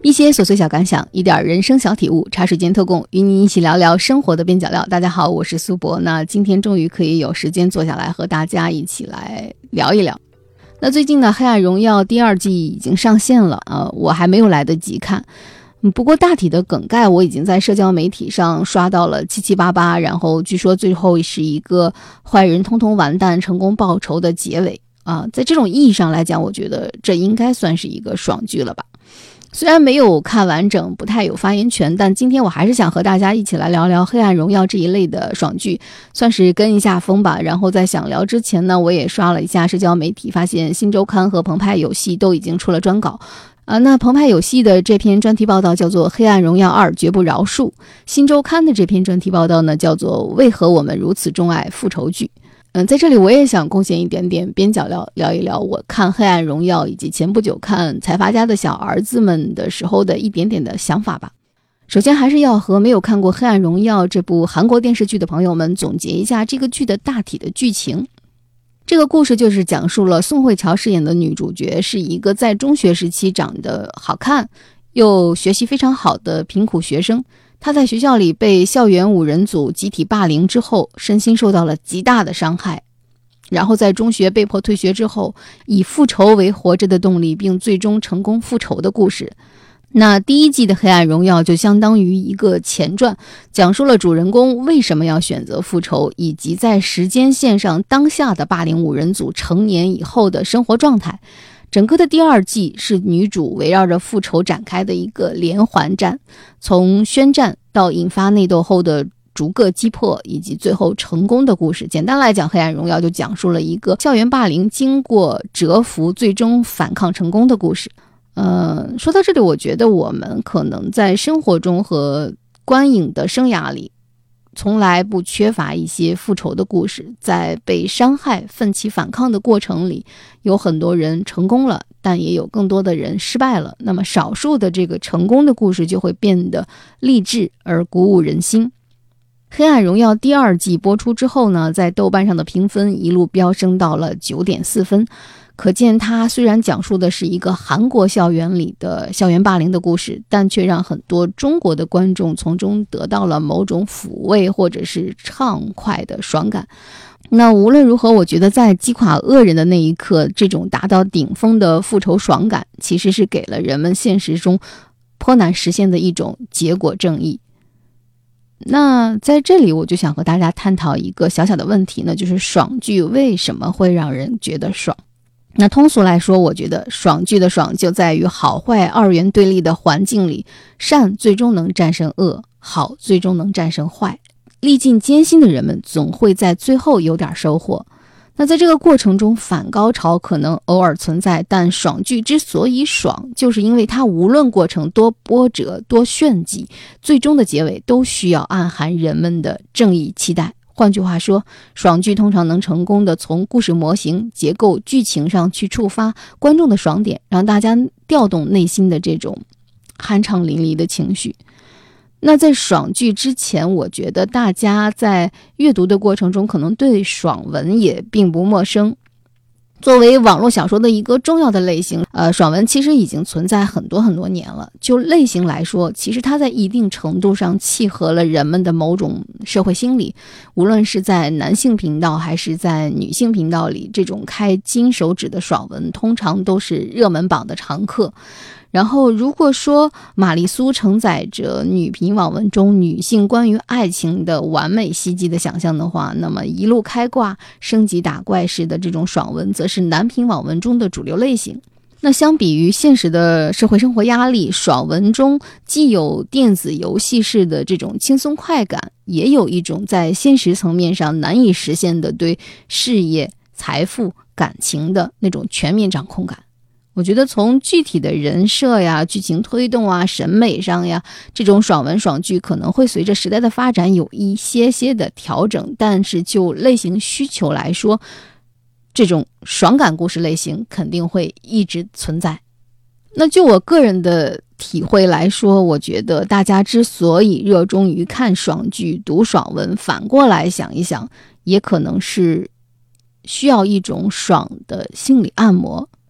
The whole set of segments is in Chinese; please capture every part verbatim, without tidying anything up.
一些琐碎小感想，一点人生小体悟，茶水间特供，与你一起聊聊生活的边角料。大家好，我是苏博。那今天终于可以有时间坐下来和大家一起来聊一聊。那最近呢，《黑暗荣耀》第二季已经上线了，呃，我还没有来得及看。不过大体的梗概我已经在社交媒体上刷到了七七八八，然后据说最后是一个坏人通通完蛋，成功报仇的结尾啊。在这种意义上来讲，我觉得这应该算是一个爽剧了吧。虽然没有看完整，不太有发言权，但今天我还是想和大家一起来聊聊《黑暗荣耀》这一类的爽剧，算是跟一下风吧。然后在想聊之前呢，我也刷了一下社交媒体，发现新周刊和澎湃有戏都已经出了专稿。啊，那澎湃有戏的这篇专题报道叫做《黑暗荣耀二绝不饶恕》，新周刊的这篇专题报道呢叫做《为何我们如此钟爱复仇剧》。嗯，在这里我也想贡献一点点边角料，聊一聊我看《黑暗荣耀》以及前不久看《财阀家的小儿子们》的时候的一点点的想法吧。首先还是要和没有看过《黑暗荣耀》这部韩国电视剧的朋友们总结一下这个剧的大体的剧情。这个故事就是讲述了宋慧乔饰演的女主角是一个在中学时期长得好看又学习非常好的贫苦学生。她在学校里被校园五人组集体霸凌之后，身心受到了极大的伤害，然后在中学被迫退学之后，以复仇为活着的动力，并最终成功复仇的故事。那第一季的《黑暗荣耀》就相当于一个前传，讲述了主人公为什么要选择复仇，以及在时间线上当下的霸凌五人组成年以后的生活状态。整个的第二季是女主围绕着复仇展开的一个连环战，从宣战到引发内斗后的逐个击破，以及最后成功的故事。简单来讲，《黑暗荣耀》就讲述了一个校园霸凌经过蛰伏最终反抗成功的故事。呃，说到这里，我觉得我们可能在生活中和观影的生涯里从来不缺乏一些复仇的故事。在被伤害奋起反抗的过程里，有很多人成功了，但也有更多的人失败了。那么少数的这个成功的故事就会变得励志而鼓舞人心。黑暗荣耀第二季播出之后呢，在豆瓣上的评分一路飙升到了 九点四 分，可见它虽然讲述的是一个韩国校园里的校园霸凌的故事，但却让很多中国的观众从中得到了某种抚慰或者是畅快的爽感。那无论如何，我觉得在击垮恶人的那一刻，这种达到顶峰的复仇爽感其实是给了人们现实中颇难实现的一种结果正义。那在这里我就想和大家探讨一个小小的问题呢，就是爽剧为什么会让人觉得爽？那通俗来说，我觉得爽剧的爽就在于好坏二元对立的环境里，善最终能战胜恶，好最终能战胜坏。历尽艰辛的人们总会在最后有点收获。那在这个过程中，反高潮可能偶尔存在，但爽剧之所以爽，就是因为它无论过程多波折多炫技，最终的结尾都需要暗含人们的正义期待。换句话说，爽剧通常能成功的从故事模型、结构、剧情上去触发观众的爽点，让大家调动内心的这种酣畅淋漓的情绪。那在爽剧之前，我觉得大家在阅读的过程中可能对爽文也并不陌生。作为网络小说的一个重要的类型，呃，爽文其实已经存在很多很多年了。就类型来说，其实它在一定程度上契合了人们的某种社会心理。无论是在男性频道还是在女性频道里，这种开金手指的爽文通常都是热门榜的常客。然后如果说玛丽苏承载着女频网文中女性关于爱情的完美希冀的想象的话，那么一路开挂升级打怪式的这种爽文则是男频网文中的主流类型。那相比于现实的社会生活压力，爽文中既有电子游戏式的这种轻松快感，也有一种在现实层面上难以实现的对事业、财富、感情的那种全面掌控感。我觉得从具体的人设呀、剧情推动啊、审美上呀，这种爽文爽剧可能会随着时代的发展有一些些的调整，但是就类型需求来说，这种爽感故事类型肯定会一直存在。那就我个人的体会来说，我觉得大家之所以热衷于看爽剧、读爽文，反过来想一想，也可能是需要一种爽的心理按摩。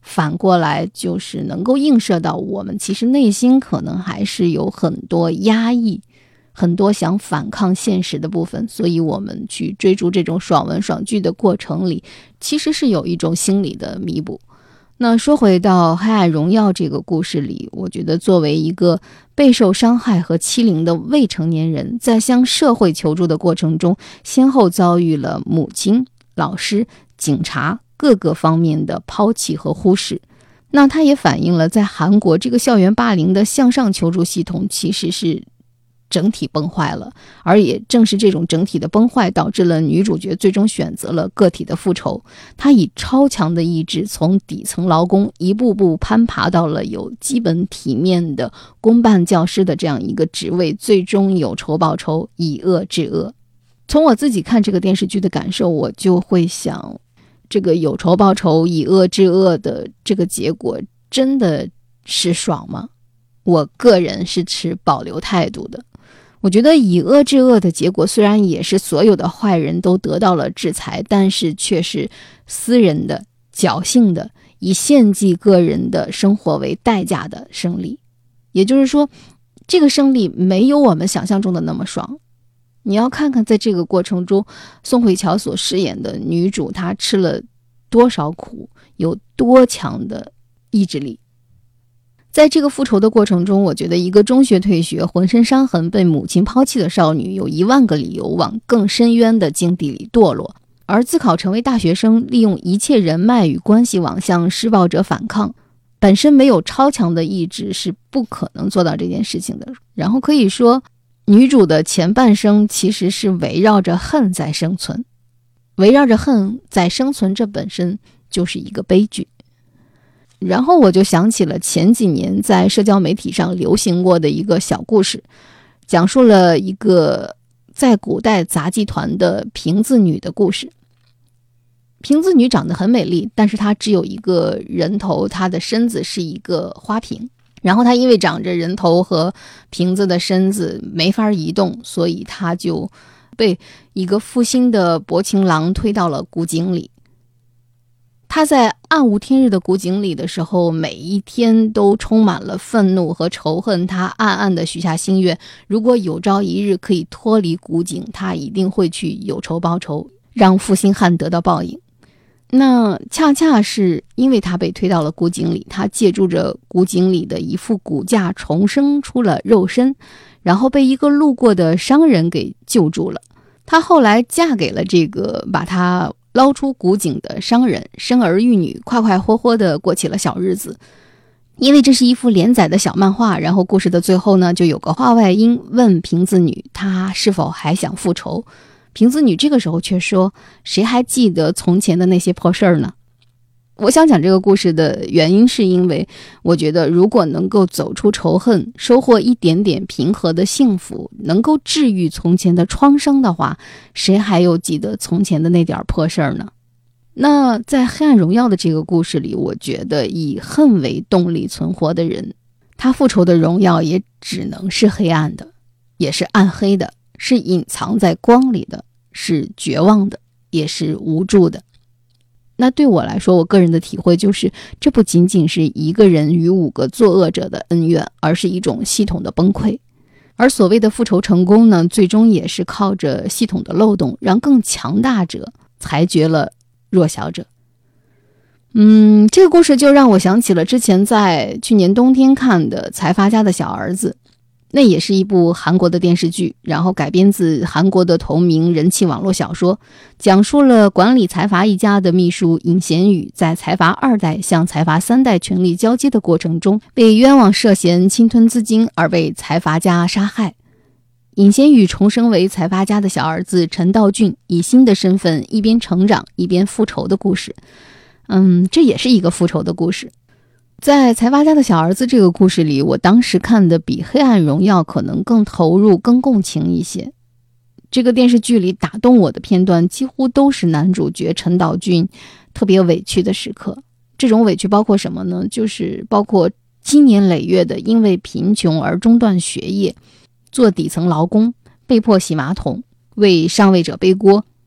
反过来就是能够映射到我们其实内心可能还是有很多压抑，很多想反抗现实的部分，所以我们去追逐这种爽文爽剧的过程里，其实是有一种心理的弥补。那说回到《黑暗荣耀》这个故事里，我觉得作为一个备受伤害和欺凌的未成年人，在向社会求助的过程中，先后遭遇了母亲、老师、警察各个方面的抛弃和忽视。那它也反映了在韩国这个校园霸凌的向上求助系统其实是整体崩坏了，而也正是这种整体的崩坏导致了女主角最终选择了个体的复仇。她以超强的意志从底层劳工一步步攀爬到了有基本体面的公办教师的这样一个职位，最终有仇报仇，以恶制恶。从我自己看这个电视剧的感受，我就会想，这个有仇报仇，以恶制恶的这个结果真的是爽吗？我个人是持保留态度的。我觉得以恶制恶的结果虽然也是所有的坏人都得到了制裁，但是却是私人的、侥幸的、以献祭个人的生活为代价的胜利。也就是说，这个胜利没有我们想象中的那么爽。你要看看在这个过程中，宋慧乔所饰演的女主，她吃了多少苦，有多强的意志力。在这个复仇的过程中，我觉得一个中学退学、浑身伤痕、被母亲抛弃的少女，有一万个理由往更深渊的境地里堕落。而自考成为大学生，利用一切人脉与关系网向施暴者反抗，本身没有超强的意志是不可能做到这件事情的。然后可以说，女主的前半生其实是围绕着恨在生存，围绕着恨在生存，这本身就是一个悲剧。然后我就想起了前几年在社交媒体上流行过的一个小故事，讲述了一个在古代杂技团的瓶子女的故事。瓶子女长得很美丽，但是她只有一个人头，她的身子是一个花瓶。然后她因为长着人头和瓶子的身子没法移动，所以她就被一个负心的薄情郎推到了古井里。他在暗无天日的古井里的时候，每一天都充满了愤怒和仇恨。他暗暗地许下心愿，如果有朝一日可以脱离古井，他一定会去有仇报仇，让负心汉得到报应。那恰恰是因为他被推到了古井里，他借助着古井里的一副骨架重生出了肉身，然后被一个路过的商人给救助了。他后来嫁给了这个把他捞出古井的商人，生儿育女，快快活活地过起了小日子。因为这是一幅连载的小漫画，然后故事的最后呢，就有个话外音问瓶子女她是否还想复仇。瓶子女这个时候却说，谁还记得从前的那些破事儿呢？我想讲这个故事的原因是因为我觉得如果能够走出仇恨，收获一点点平和的幸福，能够治愈从前的创伤的话，谁还有记得从前的那点破事儿呢？那在黑暗荣耀的这个故事里，我觉得以恨为动力存活的人，他复仇的荣耀也只能是黑暗的，也是暗黑的，是隐藏在光里的，是绝望的，也是无助的。那对我来说，我个人的体会就是，这不仅仅是一个人与五个作恶者的恩怨，而是一种系统的崩溃。而所谓的复仇成功呢，最终也是靠着系统的漏洞，让更强大者裁决了弱小者。嗯，这个故事就让我想起了之前在去年冬天看的《财阀家的小儿子》，那也是一部韩国的电视剧，然后改编自韩国的同名人气网络小说，讲述了管理财阀一家的秘书尹贤宇在财阀二代向财阀三代权力交接的过程中，被冤枉涉嫌侵吞资金而被财阀家杀害。尹贤宇重生为财阀家的小儿子陈道俊，以新的身份一边成长一边复仇的故事。嗯，这也是一个复仇的故事。在财阀家的小儿子这个故事里，我当时看的比黑暗荣耀可能更投入更共情一些。这个电视剧里打动我的片段几乎都是男主角陈道俊特别委屈的时刻。这种委屈包括什么呢？就是包括积年累月的因为贫穷而中断学业，做底层劳工，被迫洗马桶，为上位者背锅，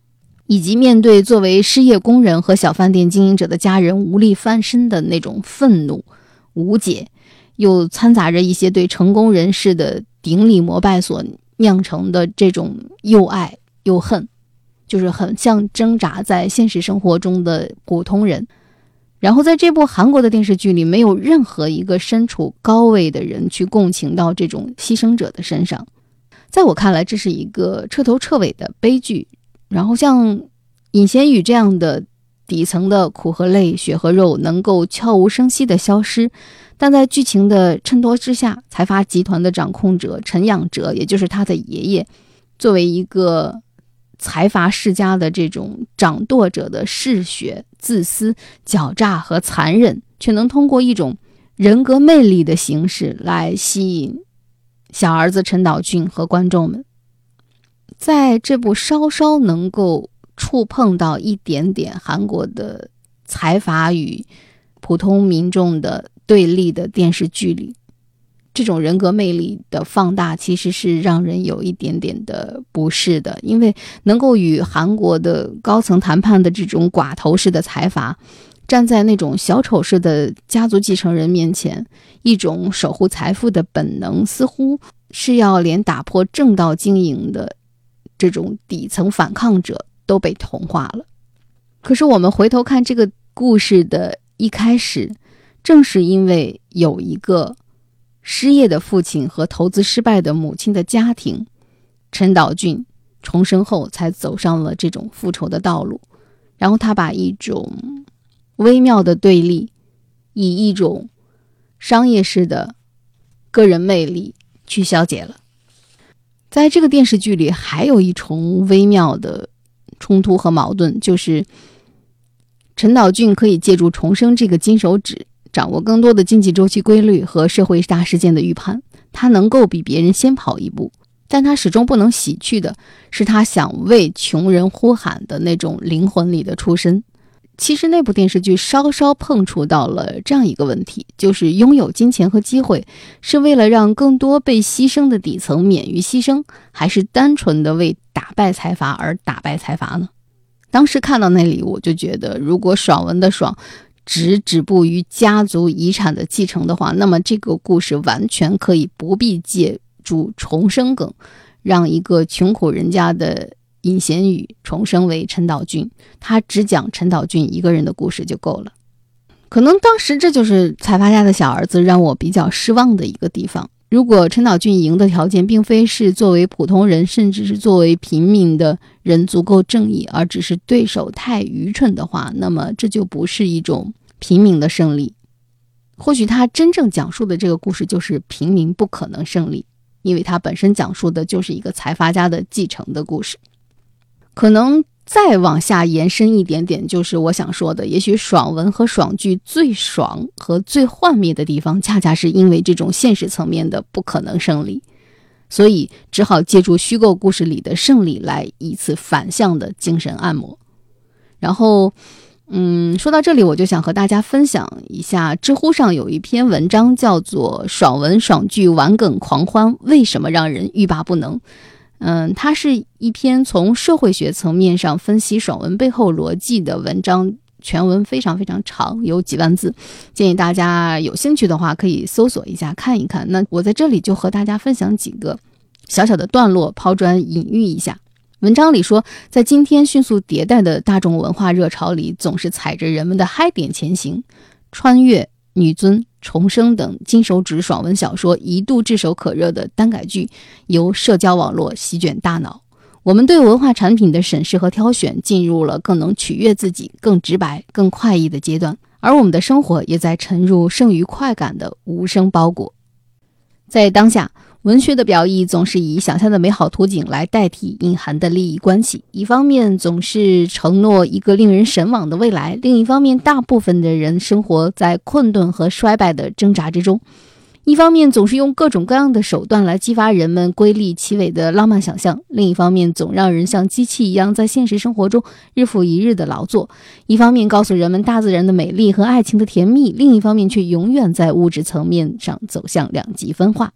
以及面对作为失业工人和小饭店经营者的家人无力翻身的那种愤怒、无解，又掺杂着一些对成功人士的顶礼膜拜所酿成的这种又爱又恨，就是很像挣扎在现实生活中的普通人。然后在这部韩国的电视剧里，没有任何一个身处高位的人去共情到这种牺牲者的身上。在我看来，这是一个彻头彻尾的悲剧。然后像尹贤宇这样的底层的苦和泪、血和肉能够悄无声息的消失，但在剧情的衬托之下，财阀集团的掌控者陈养哲，也就是他的爷爷，作为一个财阀世家的这种掌舵者的嗜血、自私、狡诈和残忍，却能通过一种人格魅力的形式来吸引小儿子陈岛俊和观众们。在这部稍稍能够触碰到一点点韩国的财阀与普通民众的对立的电视剧里，这种人格魅力的放大其实是让人有一点点的不适的。因为能够与韩国的高层谈判的这种寡头式的财阀站在那种小丑式的家族继承人面前，一种守护财富的本能似乎是要连打破正道经营的这种底层反抗者都被同化了。可是我们回头看这个故事的一开始，正是因为有一个失业的父亲和投资失败的母亲的家庭，陈岛俊重生后才走上了这种复仇的道路。然后他把一种微妙的对立以一种商业式的个人魅力去消解了。在这个电视剧里还有一重微妙的冲突和矛盾，就是陈岛俊可以借助重生这个金手指掌握更多的经济周期规律和社会大事件的预判，他能够比别人先跑一步，但他始终不能洗去的是他想为穷人呼喊的那种灵魂里的出身。其实那部电视剧稍稍碰触到了这样一个问题，就是拥有金钱和机会是为了让更多被牺牲的底层免于牺牲，还是单纯的为打败财阀而打败财阀呢？当时看到那里，我就觉得如果爽文的爽只止步于家族遗产的继承的话，那么这个故事完全可以不必借助重生梗，让一个穷苦人家的尹贤宇重生为陈岛俊，他只讲陈岛俊一个人的故事就够了。可能当时这就是财阀家的小儿子让我比较失望的一个地方。如果陈岛俊赢的条件并非是作为普通人甚至是作为平民的人足够正义，而只是对手太愚蠢的话，那么这就不是一种平民的胜利。或许他真正讲述的这个故事就是平民不可能胜利，因为他本身讲述的就是一个财阀家的继承的故事。可能再往下延伸一点点，就是我想说的，也许爽文和爽剧最爽和最幻灭的地方，恰恰是因为这种现实层面的不可能胜利，所以只好借助虚构故事里的胜利来一次反向的精神按摩。然后嗯，说到这里，我就想和大家分享一下知乎上有一篇文章，叫做爽文爽剧玩梗狂欢，为什么让人欲罢不能。嗯，它是一篇从社会学层面上分析爽文背后逻辑的文章，全文非常非常长，有几万字，建议大家有兴趣的话可以搜索一下看一看。那我在这里就和大家分享几个小小的段落，抛砖引玉一下。文章里说，在今天迅速迭代的大众文化热潮里，总是踩着人们的嗨点前行，穿越、女尊、重生等金手指爽文小说一度炙手可热的耽改剧由社交网络席卷大脑，我们对文化产品的审视和挑选进入了更能取悦自己、更直白、更快意的阶段，而我们的生活也在沉入剩余快感的无声包裹。在当下，文学的表意总是以想象的美好图景来代替隐含的利益关系，一方面总是承诺一个令人神往的未来，另一方面大部分的人生活在困顿和衰败的挣扎之中，一方面总是用各种各样的手段来激发人们瑰丽奇伟的浪漫想象，另一方面总让人像机器一样在现实生活中日复一日的劳作，一方面告诉人们大自然的美丽和爱情的甜蜜，另一方面却永远在物质层面上走向两极分化。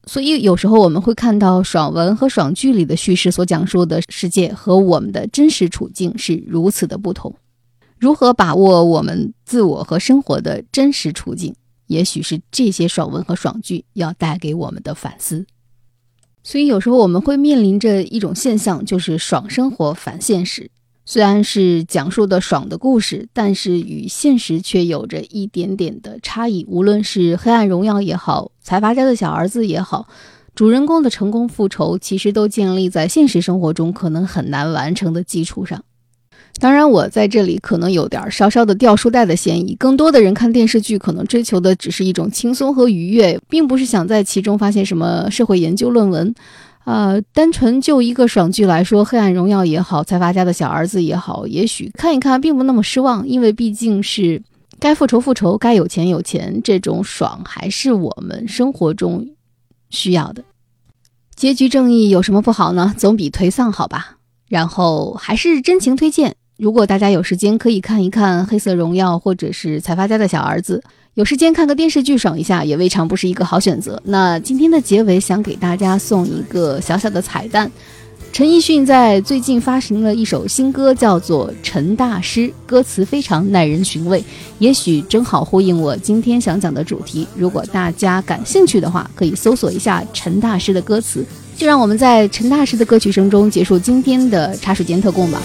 所以有时候我们会看到爽文和爽剧里的叙事所讲述的世界和我们的真实处境是如此的不同。如何把握我们自我和生活的真实处境，也许是这些爽文和爽剧要带给我们的反思。所以有时候我们会面临着一种现象，就是爽生活反现实。虽然是讲述的爽的故事，但是与现实却有着一点点的差异。无论是黑暗荣耀也好，财阀家的小儿子也好，主人公的成功复仇其实都建立在现实生活中可能很难完成的基础上。当然我在这里可能有点稍稍的掉书袋的嫌疑，更多的人看电视剧可能追求的只是一种轻松和愉悦，并不是想在其中发现什么社会研究论文。呃，单纯就一个爽剧来说，黑暗荣耀也好，财阀家的小儿子也好，也许看一看并不那么失望，因为毕竟是该复仇复仇，该有钱有钱，这种爽还是我们生活中需要的。结局正义有什么不好呢？总比颓丧好吧。然后还是真情推荐，如果大家有时间可以看一看黑色荣耀或者是财阀家的小儿子，有时间看个电视剧爽一下也未尝不是一个好选择。那今天的结尾想给大家送一个小小的彩蛋，陈奕迅在最近发行了一首新歌，叫做《陈大师》，歌词非常耐人寻味，也许正好呼应我今天想讲的主题。如果大家感兴趣的话，可以搜索一下陈大师的歌词。就让我们在陈大师的歌曲声中结束今天的茶水间特供吧。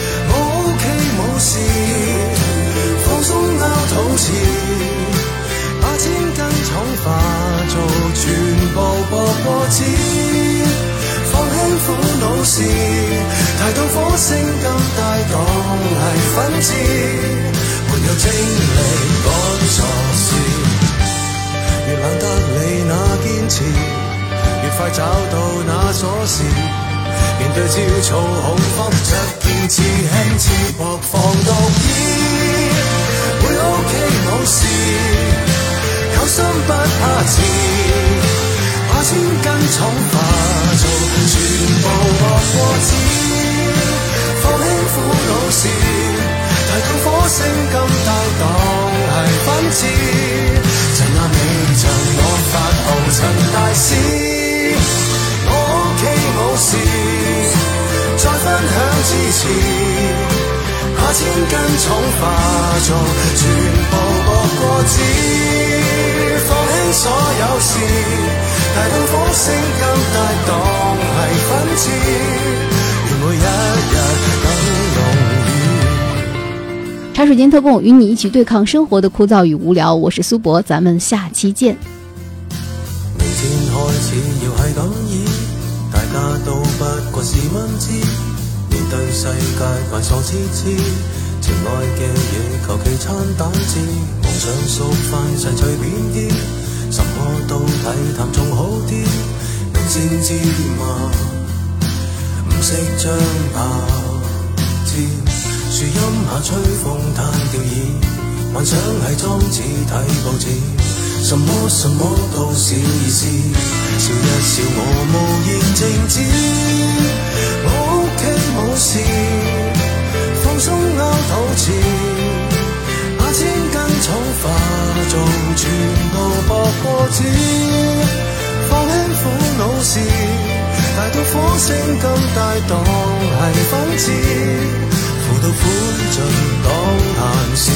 把千斤重化做全部薄過紙，放輕苦惱事，提到火星咁大當係分支，沒有精力趕錯事，越懶得理那堅持，越快找到那鎖匙，面對焦躁恐慌，着件自輕自薄防毒衣，會 OK 冇事，有心不怕遲，把千斤重化做全部薄過紙，放輕苦惱事，提到火星咁大當係分支，就啱你贈我發號陳大師，我 OK 冇事，再分享支持，把千斤重化做全部薄過紙，放輕所有事，提到火星咁大當係分支，願每一日更容易。 茶水间特供，與你一起對抗生活的枯燥與無聊。我是蘇博，咱們下期見。 明天開始要係咁意，大家都不過是蚊子，面對世界扮傻痴痴，情愛嘅嘢求其餐蛋治，夢想縮翻細隨便啲，什麼都睇淡仲好啲，明先知嘛，唔識將白知，樹蔭下吹風攤吊椅，幻想係裝置睇報紙，什麼什麼都是意思，笑一笑我無言靜止，我 OK 冇事，放鬆拗肚臍，把千斤重化做全部薄過紙，放輕苦惱事，大到火星咁大當係分支，苦到苦盡當閒事。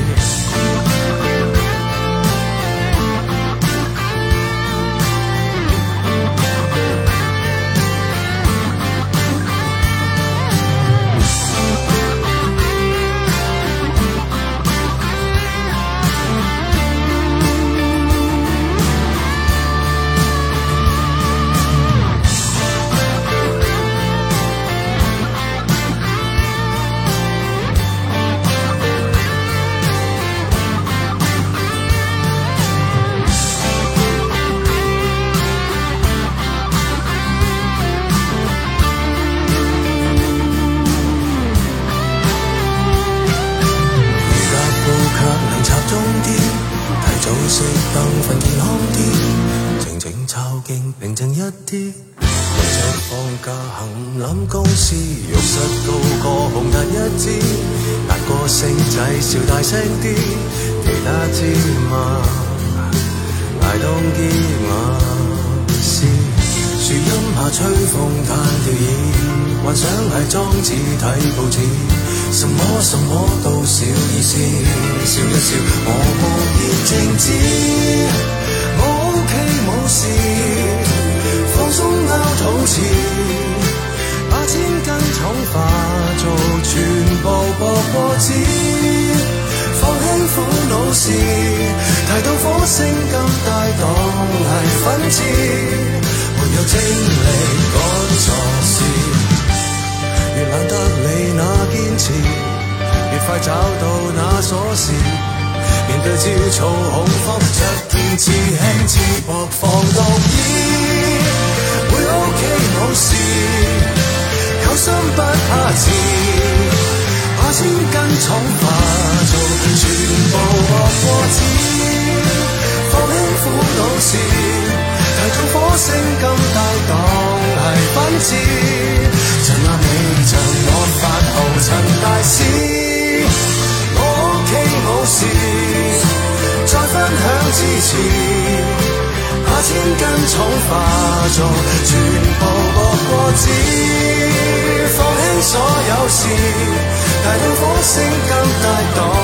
平靜一啲，或者放假行諗公司，浴室高過紅日一支，壓個星仔笑大聲啲，其他芝麻 I don't give a 下吹風彈調椅，幻想係裝置睇報紙，什麼什麼都小意思，笑一笑我無意靜止，我 OK 冇事，放鬆拗肚臍，把千斤重化做全部薄過紙，放輕苦惱事，提到火星咁大當係粉刺，沒有精力趕錯事，越懶得理那堅持，越快找到那鎖匙，面對焦躁恐慌，着件至輕至薄防毒衣，會 OK 冇事，有心不怕遲，把千斤重化做全部薄過紙，放輕苦惱事，提到火星咁大當係粉刺，趁啱你趁我發號陳大使，我 OK 冇事，再分享支持，把千斤重化做全部薄過紙，放輕所有事，提到火星咁大當